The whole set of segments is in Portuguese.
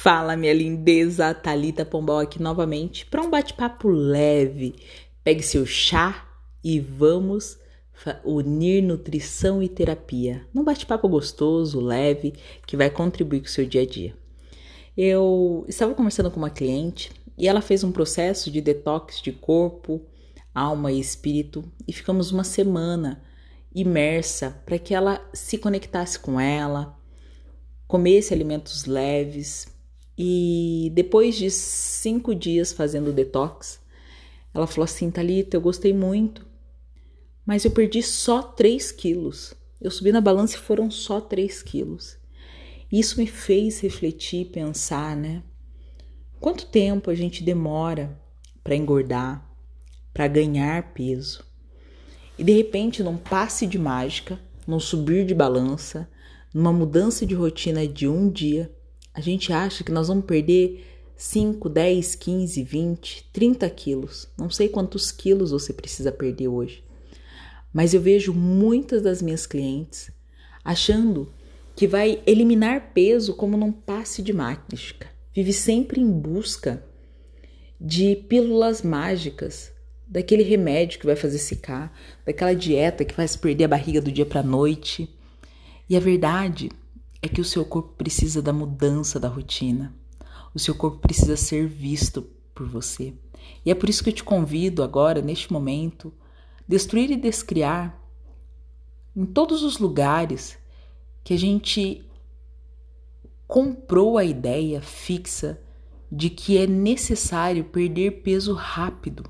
Fala, minha lindeza, Thalita Pombal aqui novamente para um bate-papo leve. Pegue seu chá e vamos unir nutrição e terapia num bate-papo gostoso, leve, que vai contribuir com o seu dia a dia. Eu estava conversando com uma cliente e ela fez um processo de detox de corpo, alma e espírito e ficamos uma semana imersa para que ela se conectasse com ela, comesse alimentos leves. E depois de 5 dias fazendo detox, ela falou assim: Thalita, eu gostei muito, mas eu perdi só 3 quilos. Eu subi na balança e foram só 3 quilos. Isso me fez refletir e pensar, né? Quanto tempo a gente demora para engordar, para ganhar peso? E de repente, num passe de mágica, num subir de balança, numa mudança de rotina de um dia, a gente acha que nós vamos perder 5, 10, 15, 20, 30 quilos. Não sei quantos quilos você precisa perder hoje. Mas eu vejo muitas das minhas clientes achando que vai eliminar peso como num passe de mágica. Vive sempre em busca de pílulas mágicas, daquele remédio que vai fazer secar, daquela dieta que faz perder a barriga do dia para a noite. E a verdade é que o seu corpo precisa da mudança da rotina. O seu corpo precisa ser visto por você. E é por isso que eu te convido agora, neste momento, destruir e descriar em todos os lugares que a gente comprou a ideia fixa de que é necessário perder peso rápido.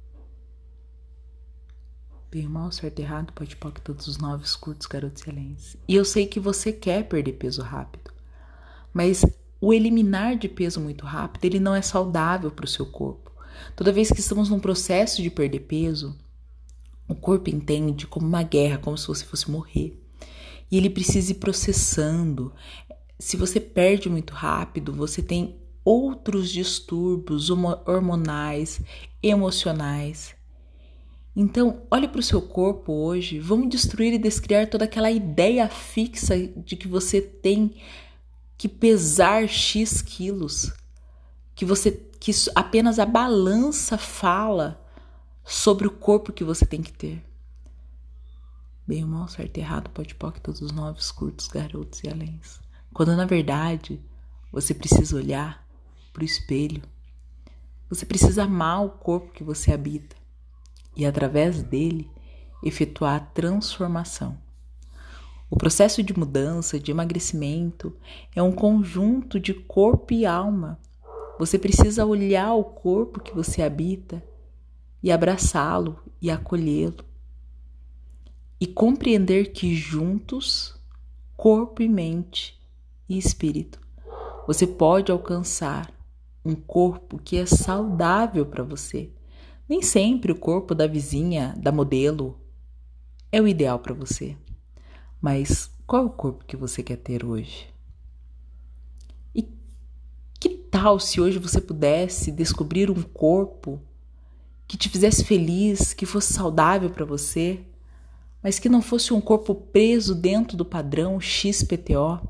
Bem, mal, certo, errado, pode POC, todos os 9 curtos, garotos excelentes. E eu sei que você quer perder peso rápido, mas o eliminar de peso muito rápido, ele não é saudável para o seu corpo. Toda vez que estamos num processo de perder peso, o corpo entende como uma guerra, como se você fosse morrer. E ele precisa ir processando. Se você perde muito rápido, você tem outros distúrbios hormonais, emocionais. Então, olhe para o seu corpo hoje, vamos destruir e descriar toda aquela ideia fixa de que você tem que pesar X quilos, que apenas a balança fala sobre o corpo que você tem que ter. Bem, mal, certo, errado, pode POC, todos os 9 curtos, garotos e aléns. Quando na verdade você precisa olhar para o espelho, você precisa amar o corpo que você habita. E através dele efetuar a transformação. O processo de mudança, de emagrecimento, é um conjunto de corpo e alma. Você precisa olhar o corpo que você habita e abraçá-lo e acolhê-lo. E compreender que juntos, corpo e mente e espírito, você pode alcançar um corpo que é saudável para você. Nem sempre o corpo da vizinha, da modelo, é o ideal para você. Mas qual é o corpo que você quer ter hoje? E que tal se hoje você pudesse descobrir um corpo que te fizesse feliz, que fosse saudável para você, mas que não fosse um corpo preso dentro do padrão XPTO,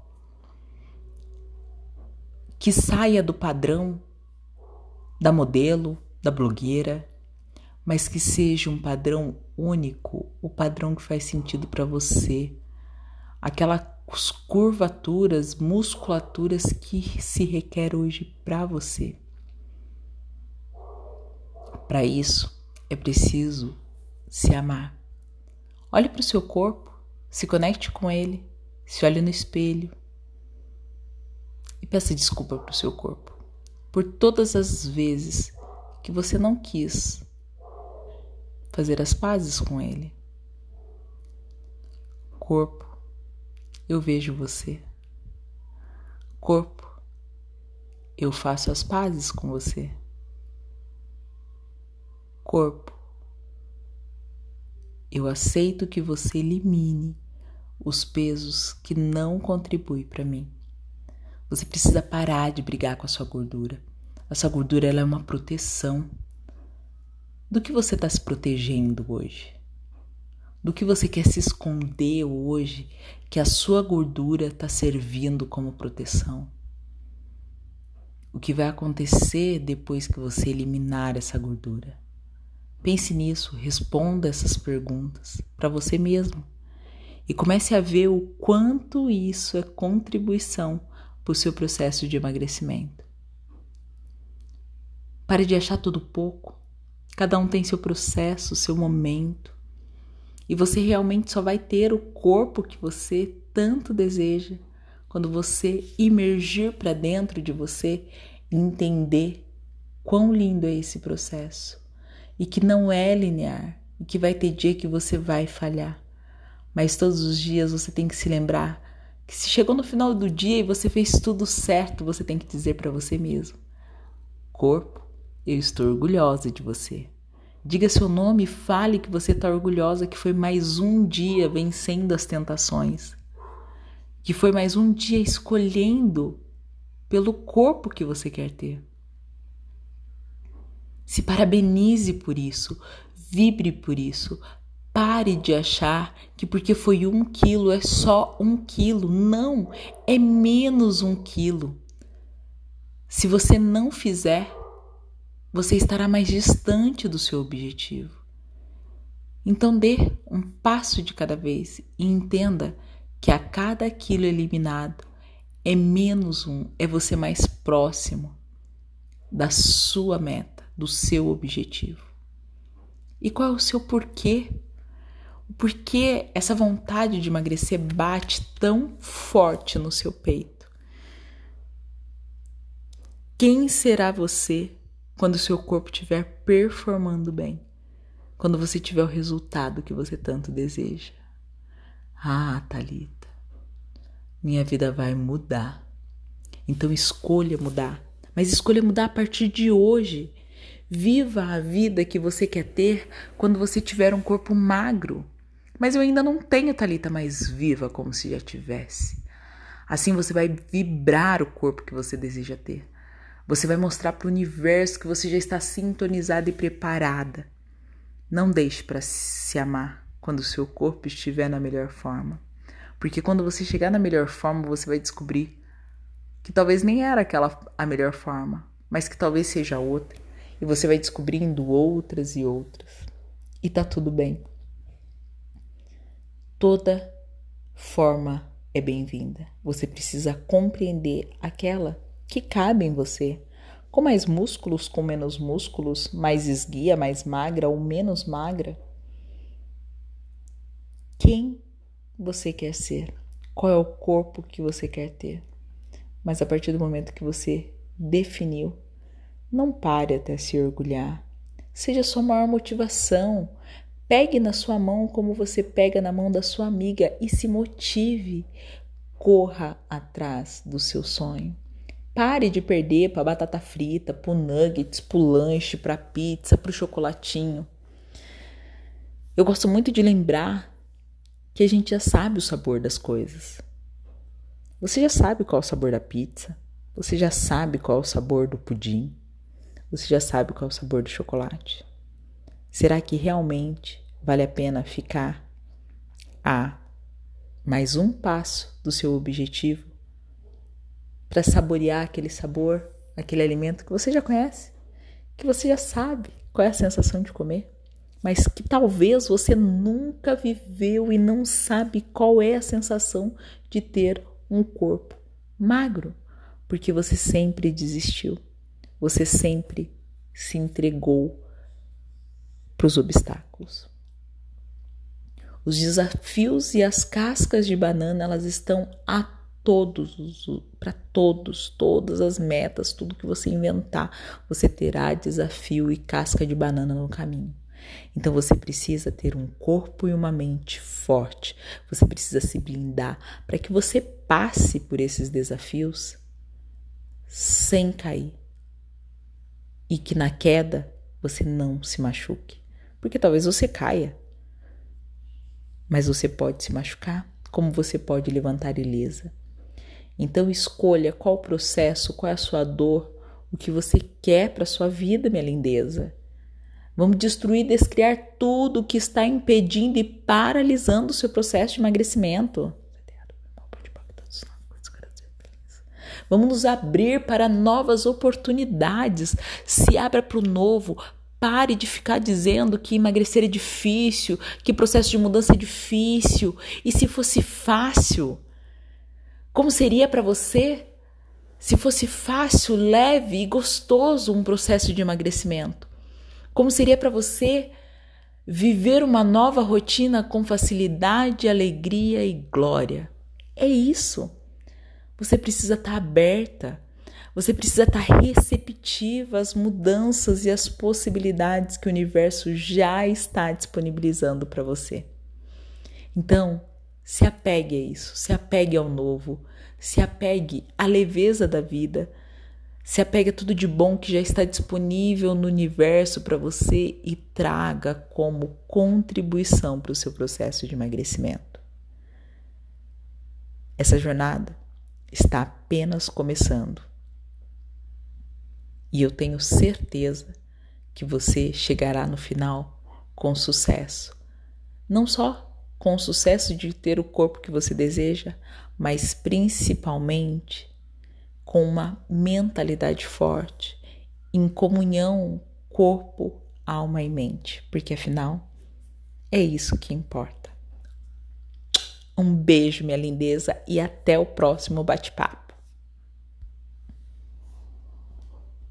que saia do padrão da modelo, da blogueira, mas que seja um padrão único, o padrão que faz sentido para você, aquelas curvaturas, musculaturas que se requer hoje para você. Para isso, é preciso se amar. Olhe para o seu corpo, se conecte com ele, se olhe no espelho e peça desculpa para o seu corpo por todas as vezes que você não quis fazer as pazes com ele. Corpo, eu vejo você. Corpo, eu faço as pazes com você. Corpo, eu aceito que você elimine os pesos que não contribuem para mim. Você precisa parar de brigar com a sua gordura. A sua gordura, ela é uma proteção. Do que você está se protegendo hoje? Do que você quer se esconder hoje que a sua gordura está servindo como proteção? o que vai acontecer depois que você eliminar essa gordura. Pense nisso, responda essas perguntas para você mesmo e comece a ver o quanto isso é contribuição para o seu processo de emagrecimento. Pare de achar tudo pouco. Cada um tem seu processo, seu momento. E você realmente só vai ter o corpo que você tanto deseja quando você imergir para dentro de você e entender quão lindo é esse processo. E que não é linear. E que vai ter dia que você vai falhar. Mas todos os dias você tem que se lembrar que se chegou no final do dia e você fez tudo certo, você tem que dizer para você mesmo: corpo, eu estou orgulhosa de você. Diga seu nome e fale que você está orgulhosa, que foi mais um dia vencendo as tentações. Que foi mais um dia escolhendo pelo corpo que você quer ter. Se parabenize por isso, vibre por isso. Pare de achar que porque foi 1 quilo é só 1 quilo. Não, é menos 1 quilo. Se você não fizer, você estará mais distante do seu objetivo. Então dê um passo de cada vez e entenda que a cada quilo eliminado é menos 1, é você mais próximo da sua meta, do seu objetivo. E qual é o seu porquê? O porquê essa vontade de emagrecer bate tão forte no seu peito? Quem será você quando o seu corpo estiver performando bem? Quando você tiver o resultado que você tanto deseja? Ah, Thalita, minha vida vai mudar. Então escolha mudar. Mas escolha mudar a partir de hoje. Viva a vida que você quer ter quando você tiver um corpo magro. Mas eu ainda não tenho, Thalita, mas viva como se já tivesse. Assim você vai vibrar o corpo que você deseja ter. Você vai mostrar para o universo que você já está sintonizada e preparada. Não deixe para se amar quando o seu corpo estiver na melhor forma. Porque quando você chegar na melhor forma, você vai descobrir que talvez nem era aquela a melhor forma, mas que talvez seja outra. E você vai descobrindo outras e outras. E tá tudo bem. Toda forma é bem-vinda. Você precisa compreender aquela que cabe em você. Com mais músculos, com menos músculos, mais esguia, mais magra ou menos magra. Quem você quer ser? Qual é o corpo que você quer ter? Mas a partir do momento que você definiu, não pare até se orgulhar. Seja a sua maior motivação. Pegue na sua mão como você pega na mão da sua amiga e se motive. Corra atrás do seu sonho. Pare de perder para batata frita, para nuggets, para lanche, para pizza, para o chocolatinho. Eu gosto muito de lembrar que a gente já sabe o sabor das coisas. Você já sabe qual é o sabor da pizza. Você já sabe qual é o sabor do pudim. Você já sabe qual é o sabor do chocolate. Será que realmente vale a pena ficar a mais um passo do seu objetivo para saborear aquele sabor, aquele alimento que você já conhece, que você já sabe qual é a sensação de comer, mas que talvez você nunca viveu e não sabe qual é a sensação de ter um corpo magro, porque você sempre desistiu, você sempre se entregou para os obstáculos. Os desafios e as cascas de banana, elas estão para todas as metas, tudo que você inventar, você terá desafio e casca de banana no caminho. Então você precisa ter um corpo e uma mente forte. Você precisa se blindar para que você passe por esses desafios sem cair. E que na queda você não se machuque. Porque talvez você caia, mas você pode se machucar, como você pode levantar ilesa. Então escolha qual o processo, qual é a sua dor, o que você quer para a sua vida, minha lindeza. Vamos destruir, descriar tudo que está impedindo e paralisando o seu processo de emagrecimento. Vamos nos abrir para novas oportunidades. Se abra para o novo. Pare de ficar dizendo que emagrecer é difícil, que processo de mudança é difícil. E se fosse fácil, como seria para você? Se fosse fácil, leve e gostoso um processo de emagrecimento. Como seria para você viver uma nova rotina com facilidade, alegria e glória? É isso. Você precisa estar aberta. Você precisa estar receptiva às mudanças e às possibilidades que o universo já está disponibilizando para você. Então, se apegue a isso, se apegue ao novo, se apegue à leveza da vida, se apegue a tudo de bom que já está disponível no universo para você e traga como contribuição para o seu processo de emagrecimento. Essa jornada está apenas começando. E eu tenho certeza que você chegará no final com sucesso. Não só com o sucesso de ter o corpo que você deseja, mas principalmente com uma mentalidade forte, em comunhão corpo, alma e mente, porque afinal é isso que importa. Um beijo, minha lindeza, e até o próximo bate-papo.